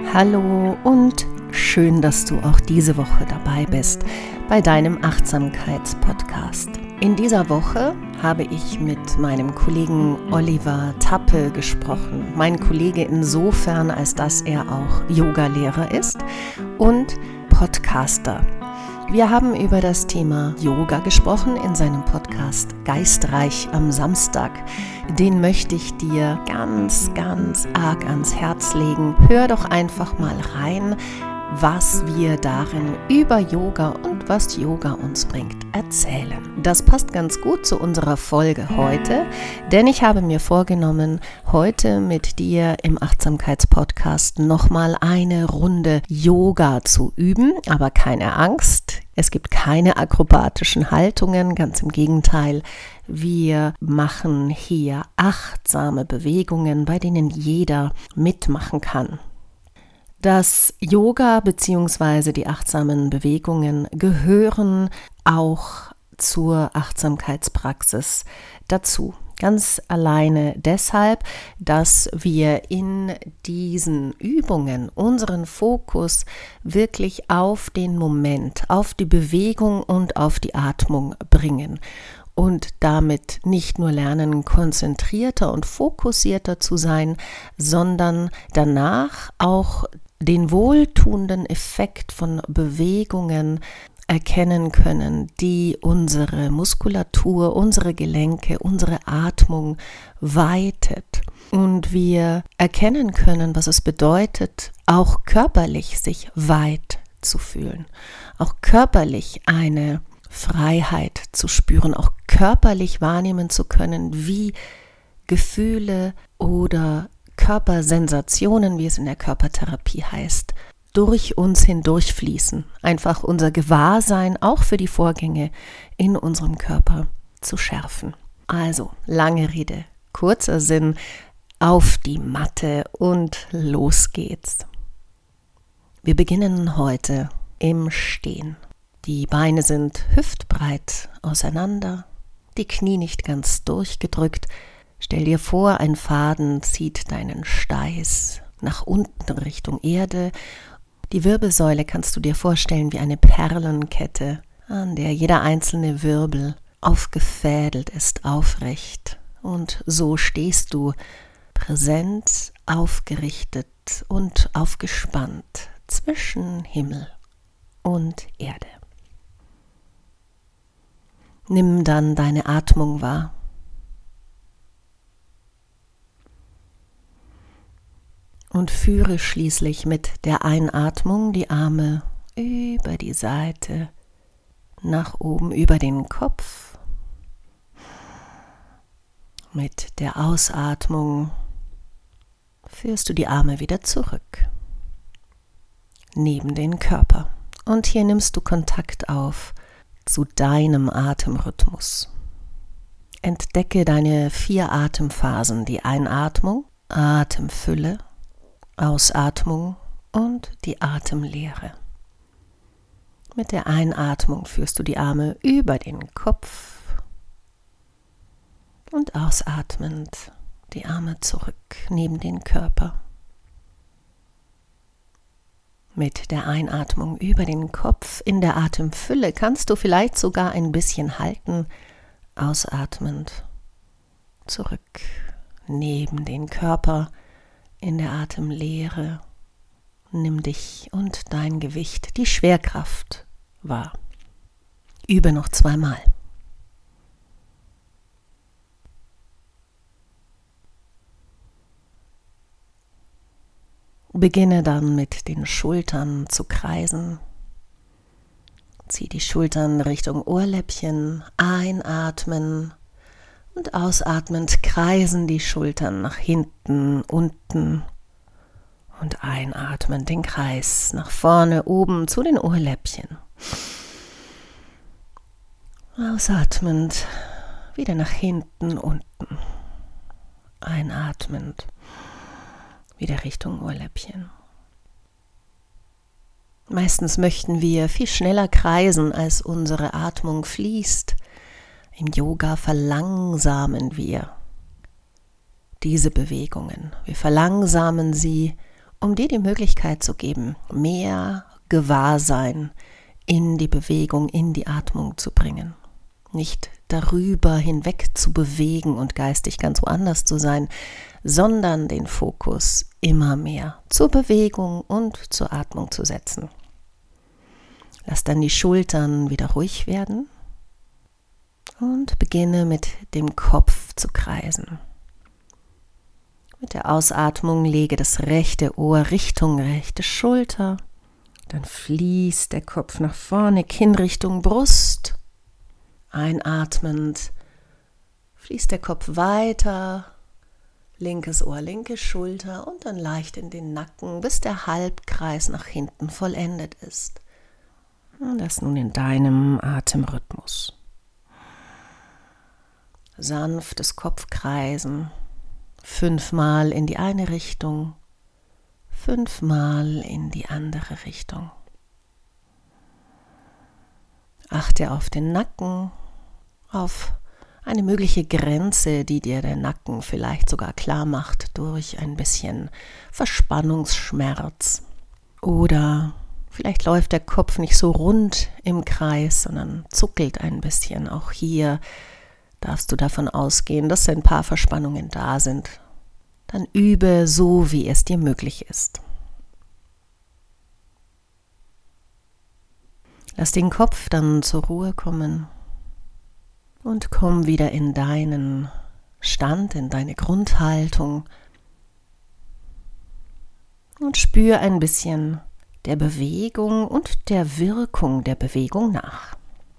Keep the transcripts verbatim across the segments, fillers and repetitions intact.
Hallo und schön, dass du auch diese Woche dabei bist bei deinem Achtsamkeitspodcast. In dieser Woche habe ich mit meinem Kollegen Oliver Tappe gesprochen. Mein Kollege insofern, als dass er auch Yogalehrer ist und Podcaster. Wir haben über das Thema Yoga gesprochen in seinem Podcast Geistreich am Samstag. Den möchte ich dir ganz, ganz arg ans Herz legen. Hör doch einfach mal rein, was wir darin über Yoga und was Yoga uns bringt, erzählen. Das passt ganz gut zu unserer Folge heute, denn ich habe mir vorgenommen, heute mit dir im Achtsamkeitspodcast nochmal eine Runde Yoga zu üben, aber keine Angst. Es gibt keine akrobatischen Haltungen, ganz im Gegenteil. Wir machen hier achtsame Bewegungen, bei denen jeder mitmachen kann. Das Yoga bzw. die achtsamen Bewegungen gehören auch zur Achtsamkeitspraxis dazu. Ganz alleine deshalb, dass wir in diesen Übungen unseren Fokus wirklich auf den Moment, auf die Bewegung und auf die Atmung bringen und damit nicht nur lernen, konzentrierter und fokussierter zu sein, sondern danach auch den wohltuenden Effekt von Bewegungen erkennen können, die unsere Muskulatur, unsere Gelenke, unsere Atmung weitet. Und wir erkennen können, was es bedeutet, auch körperlich sich weit zu fühlen, auch körperlich eine Freiheit zu spüren, auch körperlich wahrnehmen zu können, wie Gefühle oder Körpersensationen, wie es in der Körpertherapie heißt, durch uns hindurchfließen, einfach unser Gewahrsein auch für die Vorgänge in unserem Körper zu schärfen. Also, lange Rede, kurzer Sinn, auf die Matte und los geht's. Wir beginnen heute im Stehen. Die Beine sind hüftbreit auseinander, die Knie nicht ganz durchgedrückt. Stell dir vor, ein Faden zieht deinen Steiß nach unten Richtung Erde. Die Wirbelsäule kannst du dir vorstellen wie eine Perlenkette, an der jeder einzelne Wirbel aufgefädelt ist, aufrecht. Und so stehst du präsent, aufgerichtet und aufgespannt zwischen Himmel und Erde. Nimm dann deine Atmung wahr. Und führe schließlich mit der Einatmung die Arme über die Seite, nach oben über den Kopf. Mit der Ausatmung führst du die Arme wieder zurück, neben den Körper. Und hier nimmst du Kontakt auf zu deinem Atemrhythmus. Entdecke deine vier Atemphasen, die Einatmung, Atemfülle, Ausatmung und die Atemlehre. Mit der Einatmung führst du die Arme über den Kopf und ausatmend die Arme zurück neben den Körper. Mit der Einatmung über den Kopf in der Atemfülle kannst du vielleicht sogar ein bisschen halten, ausatmend zurück neben den Körper. In der Atemlehre nimm dich und dein Gewicht, die Schwerkraft wahr. Übe noch zweimal. Beginne dann mit den Schultern zu kreisen. Zieh die Schultern Richtung Ohrläppchen, einatmen. Und ausatmend kreisen die Schultern nach hinten, unten und einatmend den Kreis nach vorne, oben zu den Ohrläppchen. Ausatmend wieder nach hinten, unten. Einatmend wieder Richtung Ohrläppchen. Meistens möchten wir viel schneller kreisen, als unsere Atmung fließt. Im Yoga verlangsamen wir diese Bewegungen. Wir verlangsamen sie, um dir die Möglichkeit zu geben, mehr Gewahrsein in die Bewegung, in die Atmung zu bringen. Nicht darüber hinweg zu bewegen und geistig ganz woanders zu sein, sondern den Fokus immer mehr zur Bewegung und zur Atmung zu setzen. Lass dann die Schultern wieder ruhig werden und beginne mit dem Kopf zu kreisen. Mit der Ausatmung lege das rechte Ohr Richtung rechte Schulter. Dann fließt der Kopf nach vorne, Kinn Richtung Brust. Einatmend fließt der Kopf weiter, linkes Ohr, linke Schulter und dann leicht in den Nacken, bis der Halbkreis nach hinten vollendet ist. Und das nun in deinem Atemrhythmus. Sanftes Kopfkreisen, fünfmal in die eine Richtung, fünfmal in die andere Richtung. Achte auf den Nacken, auf eine mögliche Grenze, die dir der Nacken vielleicht sogar klar macht durch ein bisschen Verspannungsschmerz. Oder vielleicht läuft der Kopf nicht so rund im Kreis, sondern zuckelt ein bisschen. Auch hier darfst du davon ausgehen, dass ein paar Verspannungen da sind. Dann übe so, wie es dir möglich ist. Lass den Kopf dann zur Ruhe kommen und komm wieder in deinen Stand, in deine Grundhaltung und spür ein bisschen der Bewegung und der Wirkung der Bewegung nach.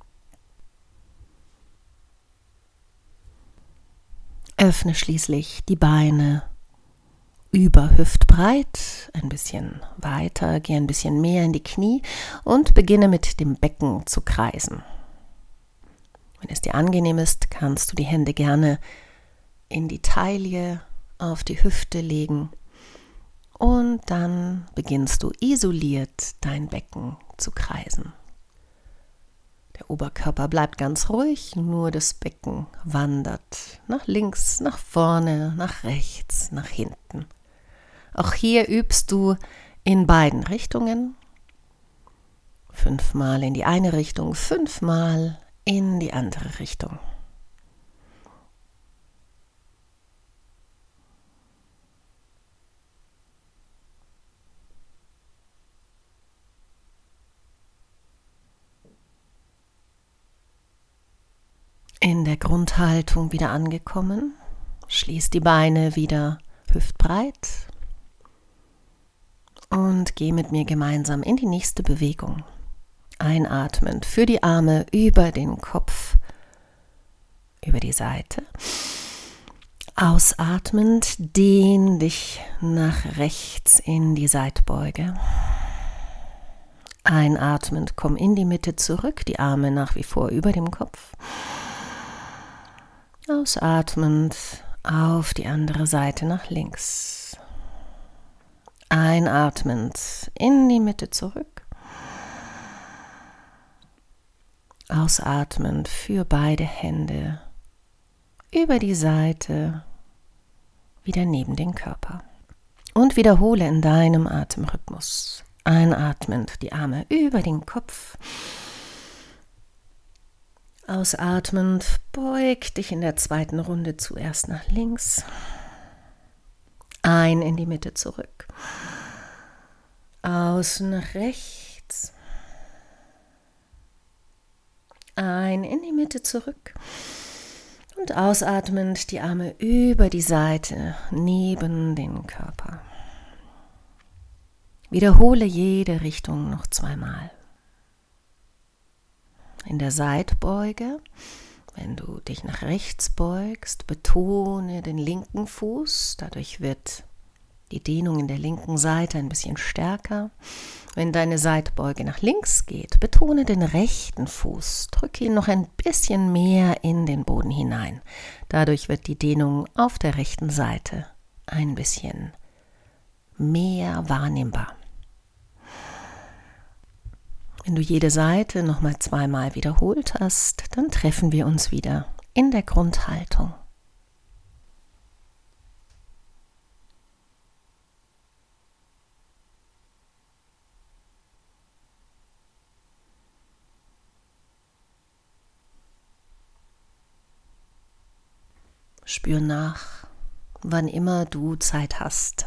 Öffne schließlich die Beine über hüftbreit, ein bisschen weiter, geh ein bisschen mehr in die Knie und beginne mit dem Becken zu kreisen. Wenn es dir angenehm ist, kannst du die Hände gerne in die Taille, auf die Hüfte legen und dann beginnst du isoliert dein Becken zu kreisen. Der Oberkörper bleibt ganz ruhig, nur das Becken wandert nach links, nach vorne, nach rechts, nach hinten. Auch hier übst du in beiden Richtungen. Fünfmal in die eine Richtung, fünfmal in die andere Richtung. In der Grundhaltung wieder angekommen, schließ die Beine wieder hüftbreit und geh mit mir gemeinsam in die nächste Bewegung. Einatmend für die Arme über den Kopf, über die Seite. Ausatmend dehn dich nach rechts in die Seitbeuge. Einatmend komm in die Mitte zurück, die Arme nach wie vor über dem Kopf. Ausatmend auf die andere Seite nach links. Einatmend in die Mitte zurück. Ausatmend für beide Hände über die Seite, wieder neben den Körper. Und wiederhole in deinem Atemrhythmus. Einatmend die Arme über den Kopf. Ausatmend, beug dich in der zweiten Runde zuerst nach links. Ein in die Mitte zurück. Aus nach rechts. Ein in die Mitte zurück. Und ausatmend die Arme über die Seite, neben den Körper. Wiederhole jede Richtung noch zweimal. In der Seitbeuge, wenn du dich nach rechts beugst, betone den linken Fuß. Dadurch wird die Dehnung in der linken Seite ein bisschen stärker. Wenn deine Seitbeuge nach links geht, betone den rechten Fuß. Drücke ihn noch ein bisschen mehr in den Boden hinein. Dadurch wird die Dehnung auf der rechten Seite ein bisschen mehr wahrnehmbar. Wenn du jede Seite nochmal zweimal wiederholt hast, dann treffen wir uns wieder in der Grundhaltung. Spür nach, wann immer du Zeit hast.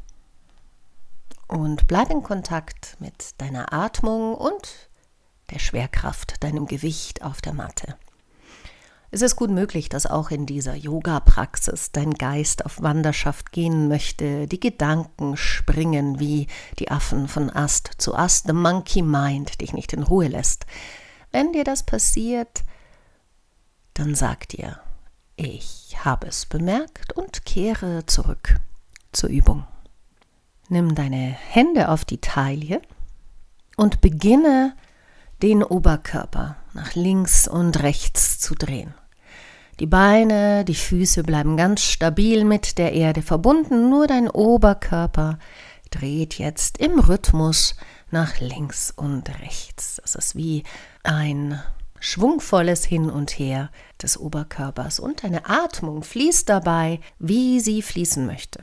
Und bleib in Kontakt mit deiner Atmung und der Schwerkraft, deinem Gewicht auf der Matte. Es ist gut möglich, dass auch in dieser Yoga-Praxis dein Geist auf Wanderschaft gehen möchte, die Gedanken springen wie die Affen von Ast zu Ast, the monkey mind dich nicht in Ruhe lässt. Wenn dir das passiert, dann sag dir, ich habe es bemerkt und kehre zurück zur Übung. Nimm deine Hände auf die Taille und beginne, den Oberkörper nach links und rechts zu drehen. Die Beine, die Füße bleiben ganz stabil mit der Erde verbunden, nur dein Oberkörper dreht jetzt im Rhythmus nach links und rechts. Das ist wie ein schwungvolles Hin und Her des Oberkörpers und deine Atmung fließt dabei, wie sie fließen möchte.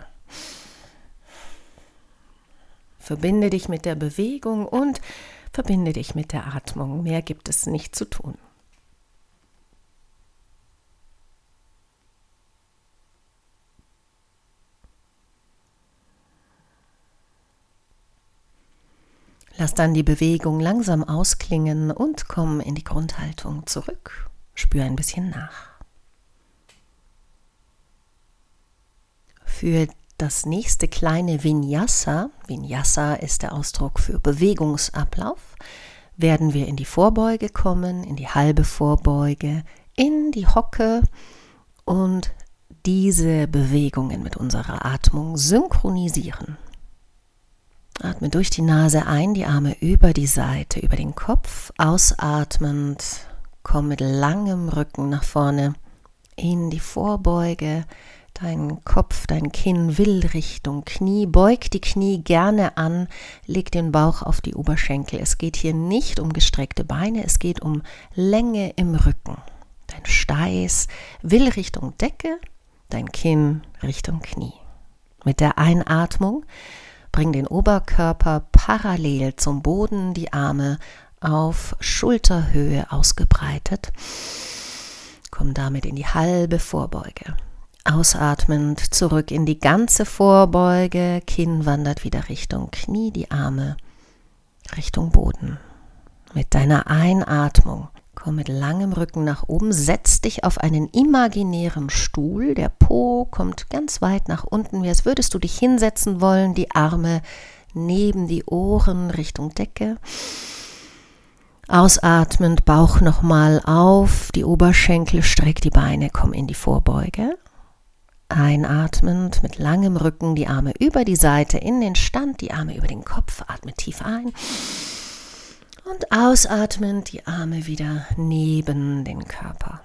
Verbinde dich mit der Bewegung und verbinde dich mit der Atmung. Mehr gibt es nicht zu tun. Lass dann die Bewegung langsam ausklingen und komm in die Grundhaltung zurück. Spür ein bisschen nach. Für das nächste kleine Vinyasa, Vinyasa ist der Ausdruck für Bewegungsablauf, werden wir in die Vorbeuge kommen, in die halbe Vorbeuge, in die Hocke und diese Bewegungen mit unserer Atmung synchronisieren. Atme durch die Nase ein, die Arme über die Seite, über den Kopf, ausatmend, komm mit langem Rücken nach vorne in die Vorbeuge. Dein Kopf, dein Kinn will Richtung Knie, beug die Knie gerne an, leg den Bauch auf die Oberschenkel. Es geht hier nicht um gestreckte Beine, es geht um Länge im Rücken. Dein Steiß will Richtung Decke, dein Kinn Richtung Knie. Mit der Einatmung bring den Oberkörper parallel zum Boden, die Arme auf Schulterhöhe ausgebreitet. Komm damit in die halbe Vorbeuge. Ausatmend zurück in die ganze Vorbeuge, Kinn wandert wieder Richtung Knie, die Arme Richtung Boden. Mit deiner Einatmung komm mit langem Rücken nach oben, setz dich auf einen imaginären Stuhl, der Po kommt ganz weit nach unten, wie als würdest du dich hinsetzen wollen, die Arme neben die Ohren Richtung Decke. Ausatmend, Bauch nochmal auf, die Oberschenkel, streck die Beine, komm in die Vorbeuge. Einatmend, mit langem Rücken, die Arme über die Seite in den Stand, die Arme über den Kopf, atme tief ein. Und ausatmend, die Arme wieder neben den Körper.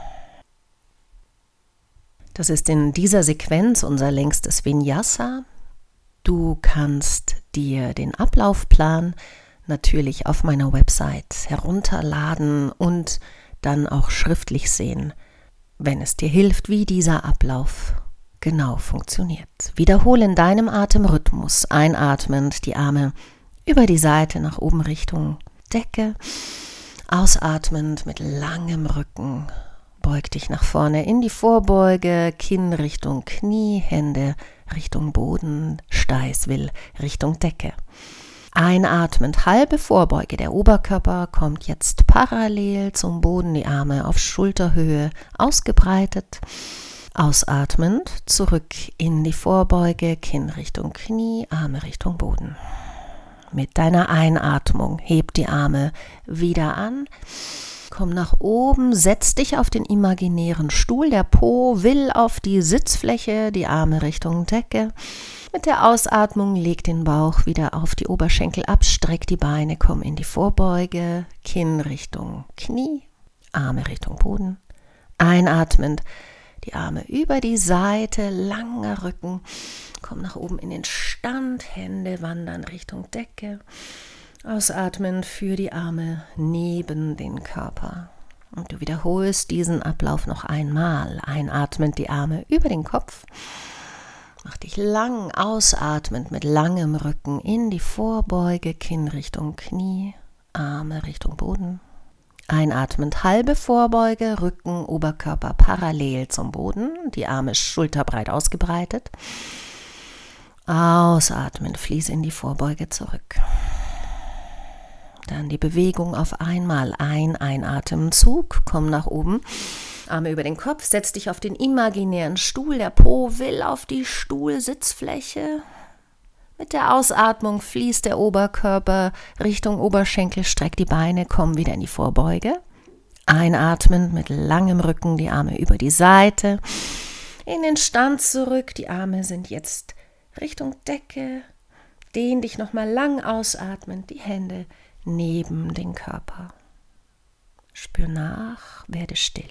Das ist in dieser Sequenz unser längstes Vinyasa. Du kannst dir den Ablaufplan natürlich auf meiner Website herunterladen und dann auch schriftlich sehen, wenn es dir hilft, wie dieser Ablauf genau funktioniert. Wiederhole in deinem Atemrhythmus, einatmend die Arme über die Seite nach oben Richtung Decke, ausatmend mit langem Rücken, beug dich nach vorne in die Vorbeuge, Kinn Richtung Knie, Hände Richtung Boden, Steiß will Richtung Decke. Einatmend, halbe Vorbeuge, der Oberkörper kommt jetzt parallel zum Boden, die Arme auf Schulterhöhe ausgebreitet. Ausatmend, zurück in die Vorbeuge, Kinn Richtung Knie, Arme Richtung Boden. Mit deiner Einatmung heb die Arme wieder an, komm nach oben, setz dich auf den imaginären Stuhl, der Po will auf die Sitzfläche, die Arme Richtung Decke. Mit der Ausatmung leg den Bauch wieder auf die Oberschenkel ab, streck die Beine, komm in die Vorbeuge, Kinn Richtung Knie, Arme Richtung Boden. Einatmend, die Arme über die Seite, langer Rücken, komm nach oben in den Stand, Hände wandern Richtung Decke. Ausatmend, führ die Arme neben den Körper. Und du wiederholst diesen Ablauf noch einmal. Einatmend die Arme über den Kopf. Mach dich lang, ausatmend mit langem Rücken in die Vorbeuge, Kinn Richtung Knie, Arme Richtung Boden. Einatmend halbe Vorbeuge, Rücken, Oberkörper parallel zum Boden, die Arme schulterbreit ausgebreitet. Ausatmen, fließ in die Vorbeuge zurück. Dann die Bewegung auf einmal ein, einatmen, Zug, komm nach oben. Arme über den Kopf, setz dich auf den imaginären Stuhl, der Po will auf die Stuhlsitzfläche. Mit der Ausatmung fließt der Oberkörper Richtung Oberschenkel, streck die Beine, komm wieder in die Vorbeuge. Einatmen mit langem Rücken, die Arme über die Seite, in den Stand zurück, die Arme sind jetzt Richtung Decke. Dehn dich nochmal lang ausatmend, die Hände neben den Körper. Spür nach, werde still.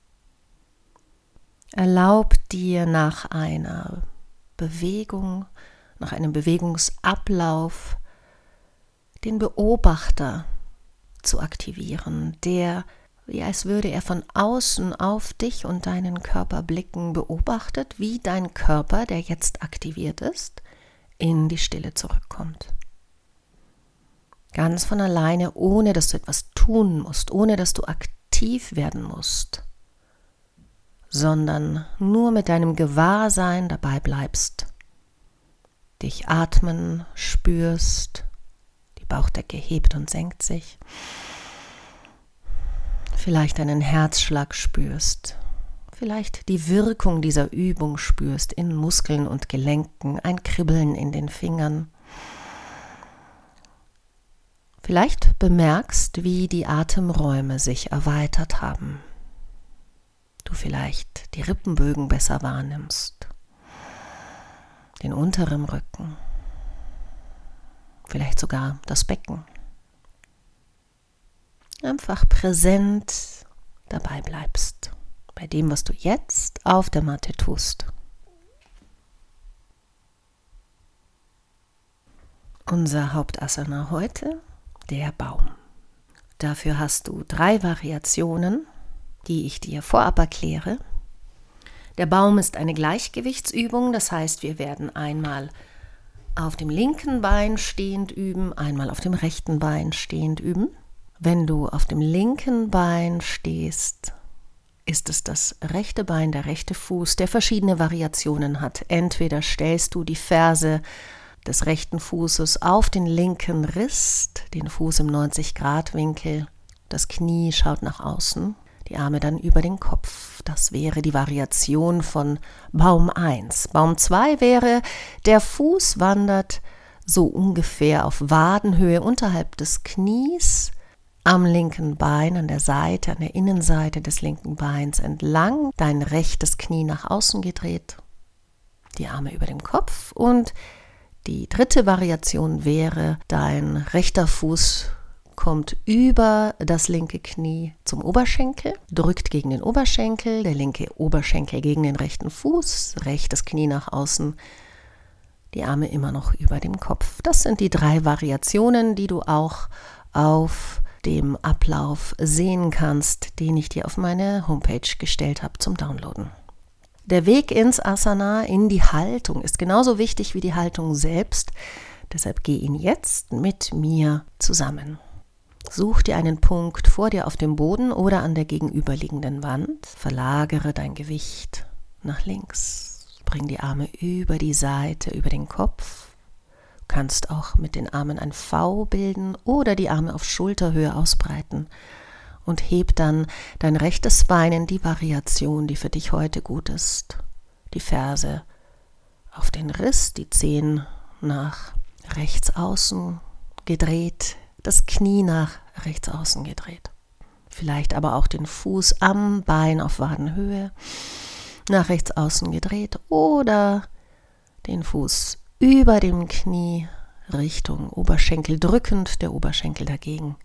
Erlaub dir nach einer Bewegung, nach einem Bewegungsablauf, den Beobachter zu aktivieren, der, wie als würde er von außen auf dich und deinen Körper blicken, beobachtet, wie dein Körper, der jetzt aktiviert ist, in die Stille zurückkommt. Ganz von alleine, ohne dass du etwas tun musst, ohne dass du aktiv werden musst, sondern nur mit deinem Gewahrsein dabei bleibst, dich atmen spürst, die Bauchdecke hebt und senkt sich, vielleicht einen Herzschlag spürst, vielleicht die Wirkung dieser Übung spürst in Muskeln und Gelenken, ein Kribbeln in den Fingern. Vielleicht bemerkst, wie die Atemräume sich erweitert haben. Du vielleicht die Rippenbögen besser wahrnimmst, den unteren Rücken, vielleicht sogar das Becken. Einfach präsent dabei bleibst, bei dem, was du jetzt auf der Matte tust. Unser Hauptasana heute, der Baum. Dafür hast du drei Variationen, die ich dir vorab erkläre. Der Baum ist eine Gleichgewichtsübung, das heißt, wir werden einmal auf dem linken Bein stehend üben, einmal auf dem rechten Bein stehend üben. Wenn du auf dem linken Bein stehst, ist es das rechte Bein, der rechte Fuß, der verschiedene Variationen hat. Entweder stellst du die Ferse des rechten Fußes auf den linken Rist, den Fuß im neunzig Grad Winkel, das Knie schaut nach außen, die Arme dann über den Kopf. Das wäre die Variation von Baum eins. Baum zwei wäre, der Fuß wandert so ungefähr auf Wadenhöhe unterhalb des Knies, am linken Bein, an der Seite, an der Innenseite des linken Beins entlang, dein rechtes Knie nach außen gedreht, die Arme über dem Kopf. Und die dritte Variation wäre, dein rechter Fuß kommt über das linke Knie zum Oberschenkel, drückt gegen den Oberschenkel, der linke Oberschenkel gegen den rechten Fuß, rechtes Knie nach außen, die Arme immer noch über dem Kopf. Das sind die drei Variationen, die du auch auf dem Ablauf sehen kannst, den ich dir auf meine Homepage gestellt habe zum Downloaden. Der Weg ins Asana, in die Haltung, ist genauso wichtig wie die Haltung selbst. Deshalb geh ihn jetzt mit mir zusammen. Such dir einen Punkt vor dir auf dem Boden oder an der gegenüberliegenden Wand. Verlagere dein Gewicht nach links. Bring die Arme über die Seite, über den Kopf. Du kannst auch mit den Armen ein V bilden oder die Arme auf Schulterhöhe ausbreiten. Und heb dann dein rechtes Bein in die Variation, die für dich heute gut ist. Die Ferse auf den Riss, die Zehen nach rechts außen gedreht, das Knie nach rechts außen gedreht. Vielleicht aber auch den Fuß am Bein auf Wadenhöhe nach rechts außen gedreht oder den Fuß über dem Knie Richtung Oberschenkel drückend, der Oberschenkel dagegen.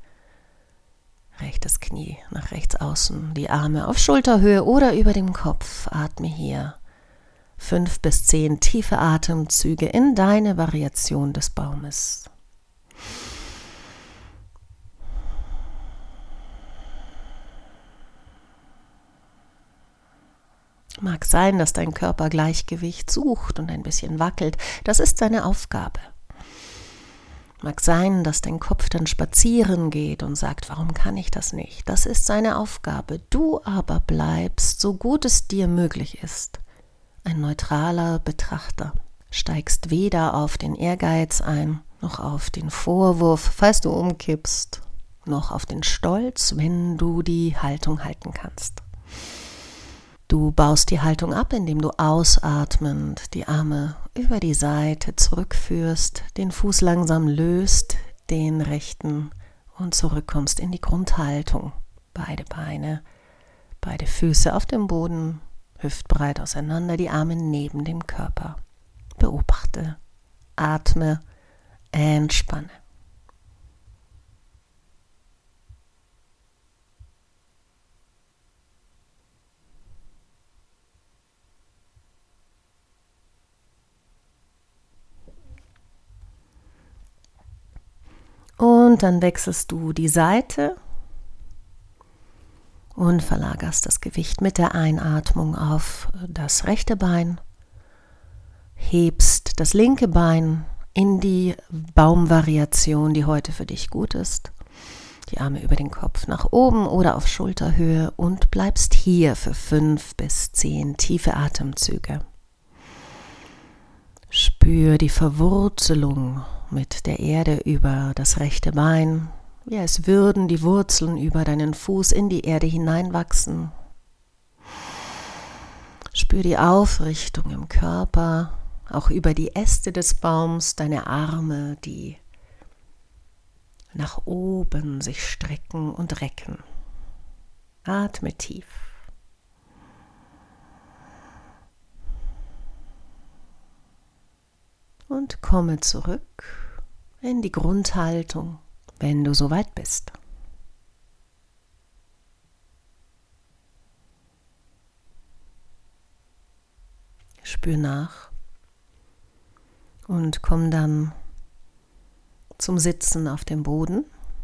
Rechtes Knie nach rechts außen, die Arme auf Schulterhöhe oder über dem Kopf. Atme hier fünf bis zehn tiefe Atemzüge in deine Variation des Baumes. Mag sein, dass dein Körper Gleichgewicht sucht und ein bisschen wackelt. Das ist seine Aufgabe. Mag sein, dass dein Kopf dann spazieren geht und sagt, warum kann ich das nicht? Das ist seine Aufgabe. Du aber bleibst, so gut es dir möglich ist, ein neutraler Betrachter. Steigst weder auf den Ehrgeiz ein, noch auf den Vorwurf, falls du umkippst, noch auf den Stolz, wenn du die Haltung halten kannst. Du baust die Haltung ab, indem du ausatmend die Arme über die Seite zurückführst, den Fuß langsam löst, den rechten, und zurückkommst in die Grundhaltung. Beide Beine, beide Füße auf dem Boden, hüftbreit auseinander, die Arme neben dem Körper. Beobachte, atme, entspanne. Und dann wechselst du die Seite und verlagerst das Gewicht mit der Einatmung auf das rechte Bein, hebst das linke Bein in die Baumvariation, die heute für dich gut ist, die Arme über den Kopf nach oben oder auf Schulterhöhe und bleibst hier für fünf bis zehn tiefe Atemzüge. Spür die Verwurzelung mit der Erde über das rechte Bein, wie als würden die Wurzeln über deinen Fuß in die Erde hineinwachsen. Spür die Aufrichtung im Körper, auch über die Äste des Baums, deine Arme, die nach oben sich strecken und recken. Atme tief. Und komme zurück in die Grundhaltung, wenn du soweit bist. Spür nach und komm dann zum Sitzen auf dem Boden.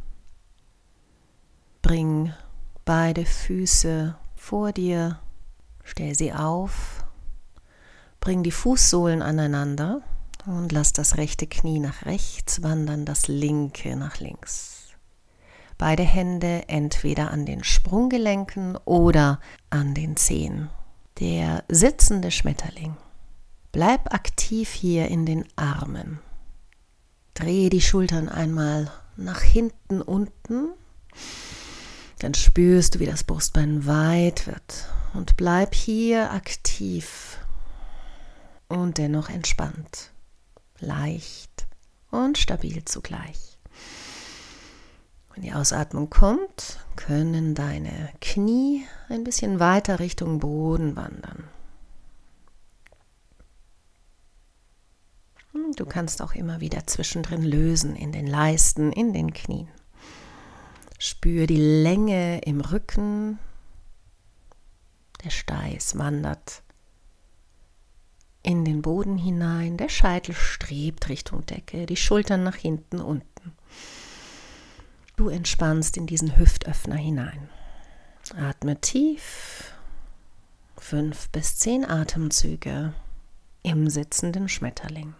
Bring beide Füße vor dir, stell sie auf, bring die Fußsohlen aneinander. Und lass das rechte Knie nach rechts wandern, das linke nach links. Beide Hände entweder an den Sprunggelenken oder an den Zehen. Der sitzende Schmetterling. Bleib aktiv hier in den Armen. Drehe die Schultern einmal nach hinten unten. Dann spürst du, wie das Brustbein weit wird. Und bleib hier aktiv und dennoch entspannt. Leicht und stabil zugleich. Wenn die Ausatmung kommt, können deine Knie ein bisschen weiter Richtung Boden wandern. Du kannst auch immer wieder zwischendrin lösen, in den Leisten, in den Knien. Spür die Länge im Rücken. Der Steiß wandert in den Boden hinein, der Scheitel strebt Richtung Decke, die Schultern nach hinten unten. Du entspannst in diesen Hüftöffner hinein. Atme tief, fünf bis zehn Atemzüge im sitzenden Schmetterling.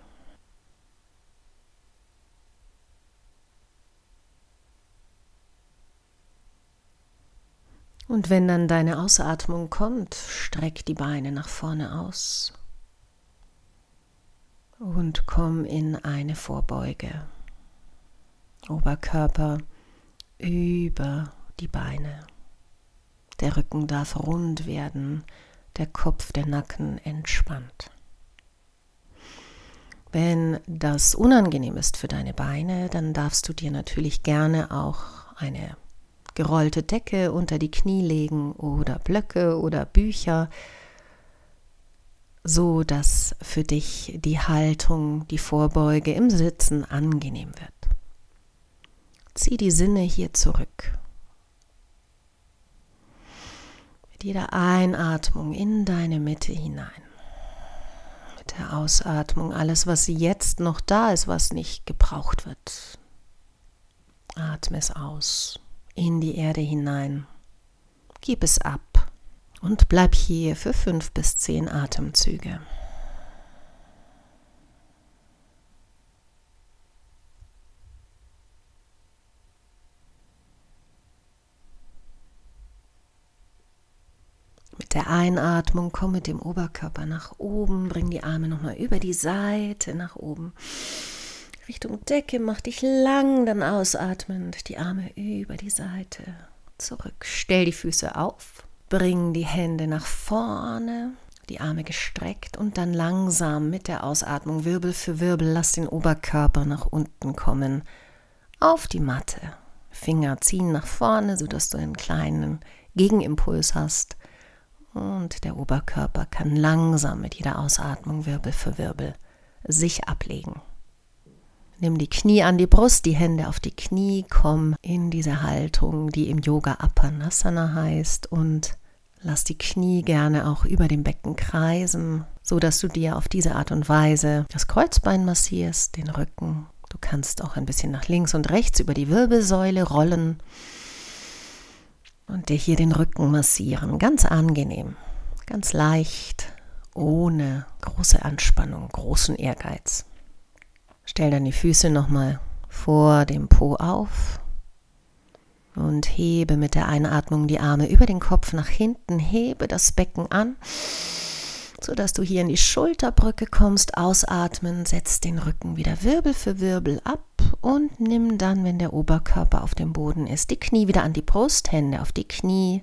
Und wenn dann deine Ausatmung kommt, streck die Beine nach vorne aus. Und komm in eine Vorbeuge. Oberkörper über die Beine. Der Rücken darf rund werden, der Kopf, der Nacken entspannt. Wenn das unangenehm ist für deine Beine, dann darfst du dir natürlich gerne auch eine gerollte Decke unter die Knie legen oder Blöcke oder Bücher, so dass für dich die Haltung, die Vorbeuge im Sitzen angenehm wird. Zieh die Sinne hier zurück. Mit jeder Einatmung in deine Mitte hinein. Mit der Ausatmung alles, was jetzt noch da ist, was nicht gebraucht wird. Atme es aus, in die Erde hinein. Gib es ab. Und bleib hier für fünf bis zehn Atemzüge. der Einatmung komm mit dem Oberkörper nach oben, bring die Arme nochmal über die Seite nach oben. Richtung Decke, mach dich lang, dann ausatmend, die Arme über die Seite zurück. Stell die Füße auf, bring die Hände nach vorne, die Arme gestreckt und dann langsam mit der Ausatmung Wirbel für Wirbel, lass den Oberkörper nach unten kommen, auf die Matte. Finger ziehen nach vorne, sodass du einen kleinen Gegenimpuls hast und der Oberkörper kann langsam mit jeder Ausatmung Wirbel für Wirbel sich ablegen. Nimm die Knie an die Brust, die Hände auf die Knie, komm in diese Haltung, die im Yoga Apanasana heißt und lass die Knie gerne auch über dem Becken kreisen, so dass du dir auf diese Art und Weise das Kreuzbein massierst, den Rücken. Du kannst auch ein bisschen nach links und rechts über die Wirbelsäule rollen und dir hier den Rücken massieren. Ganz angenehm, ganz leicht, ohne große Anspannung, großen Ehrgeiz. Stell dann die Füße nochmal vor dem Po auf und hebe mit der Einatmung die Arme über den Kopf nach hinten, hebe das Becken an, sodass du hier in die Schulterbrücke kommst. Ausatmen, setz den Rücken wieder Wirbel für Wirbel ab und nimm dann, wenn der Oberkörper auf dem Boden ist, die Knie wieder an die Brust, Hände auf die Knie,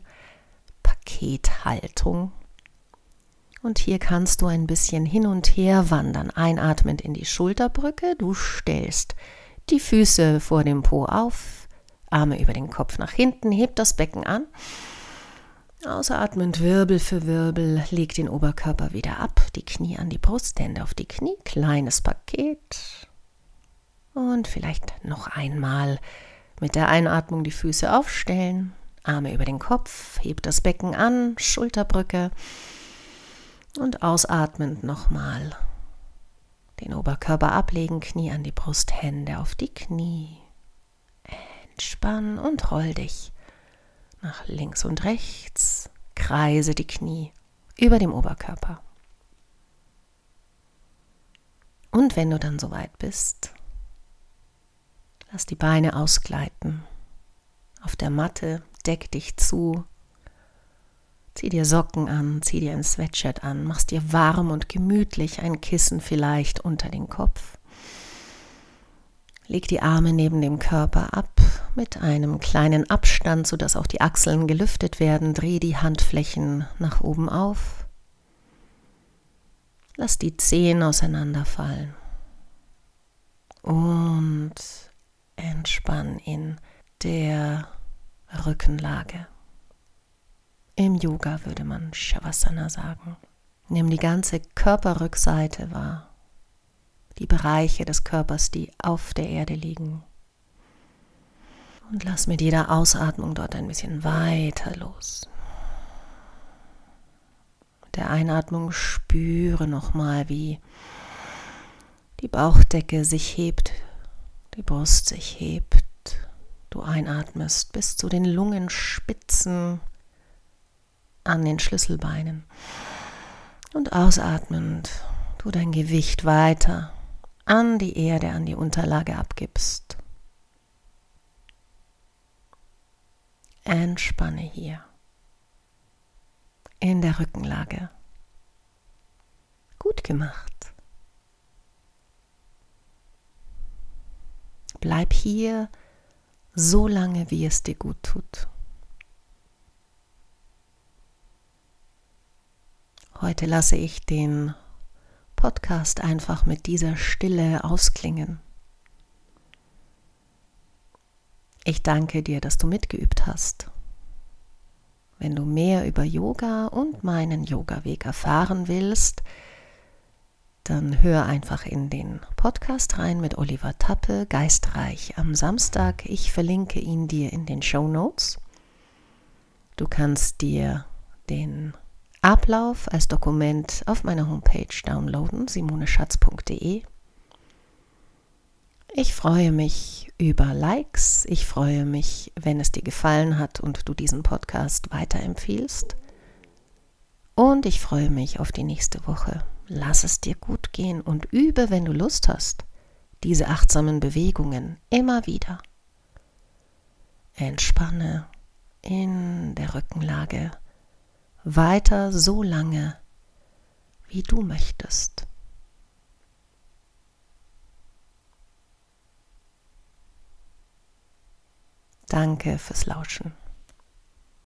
Pakethaltung. Und hier kannst du ein bisschen hin und her wandern, einatmend in die Schulterbrücke. Du stellst die Füße vor dem Po auf, Arme über den Kopf nach hinten, heb das Becken an. Ausatmend Wirbel für Wirbel, leg den Oberkörper wieder ab, die Knie an die Brust, Hände auf die Knie, kleines Paket. Und vielleicht noch einmal mit der Einatmung die Füße aufstellen, Arme über den Kopf, heb das Becken an, Schulterbrücke. Und ausatmend nochmal den Oberkörper ablegen, Knie an die Brust, Hände auf die Knie. Entspann und roll dich nach links und rechts, kreise die Knie über dem Oberkörper. Und wenn du dann soweit bist, lass die Beine ausgleiten. Auf der Matte, deck dich zu. Zieh dir Socken an, zieh dir ein Sweatshirt an, machst dir warm und gemütlich, ein Kissen vielleicht unter den Kopf. Leg die Arme neben dem Körper ab, mit einem kleinen Abstand, sodass auch die Achseln gelüftet werden. Dreh die Handflächen nach oben auf. Lass die Zehen auseinanderfallen. Und entspann in der Rückenlage. Im Yoga würde man Shavasana sagen. Nimm die ganze Körperrückseite wahr. Die Bereiche des Körpers, die auf der Erde liegen. Und lass mit jeder Ausatmung dort ein bisschen weiter los. Mit der Einatmung spüre nochmal, wie die Bauchdecke sich hebt, die Brust sich hebt. Du einatmest bis zu den Lungenspitzen an den Schlüsselbeinen. Und ausatmend du dein Gewicht weiter an die Erde, an die Unterlage abgibst. Entspanne hier in der Rückenlage. Gut gemacht. Bleib hier so lange, wie es dir gut tut. Heute lasse ich den Podcast einfach mit dieser Stille ausklingen. Ich danke dir, dass du mitgeübt hast. Wenn du mehr über Yoga und meinen Yoga-Weg erfahren willst, dann hör einfach in den Podcast rein mit Oliver Tappe, Geistreich am Samstag. Ich verlinke ihn dir in den Shownotes. Du kannst dir den Ablauf als Dokument auf meiner Homepage downloaden, simoneschatz punkt de. Ich freue mich über Likes, ich freue mich, wenn es dir gefallen hat und du diesen Podcast weiterempfiehlst. Und ich freue mich auf die nächste Woche. Lass es dir gut gehen und übe, wenn du Lust hast, diese achtsamen Bewegungen immer wieder. Entspanne in der Rückenlage weiter so lange, wie du möchtest. Danke fürs Lauschen.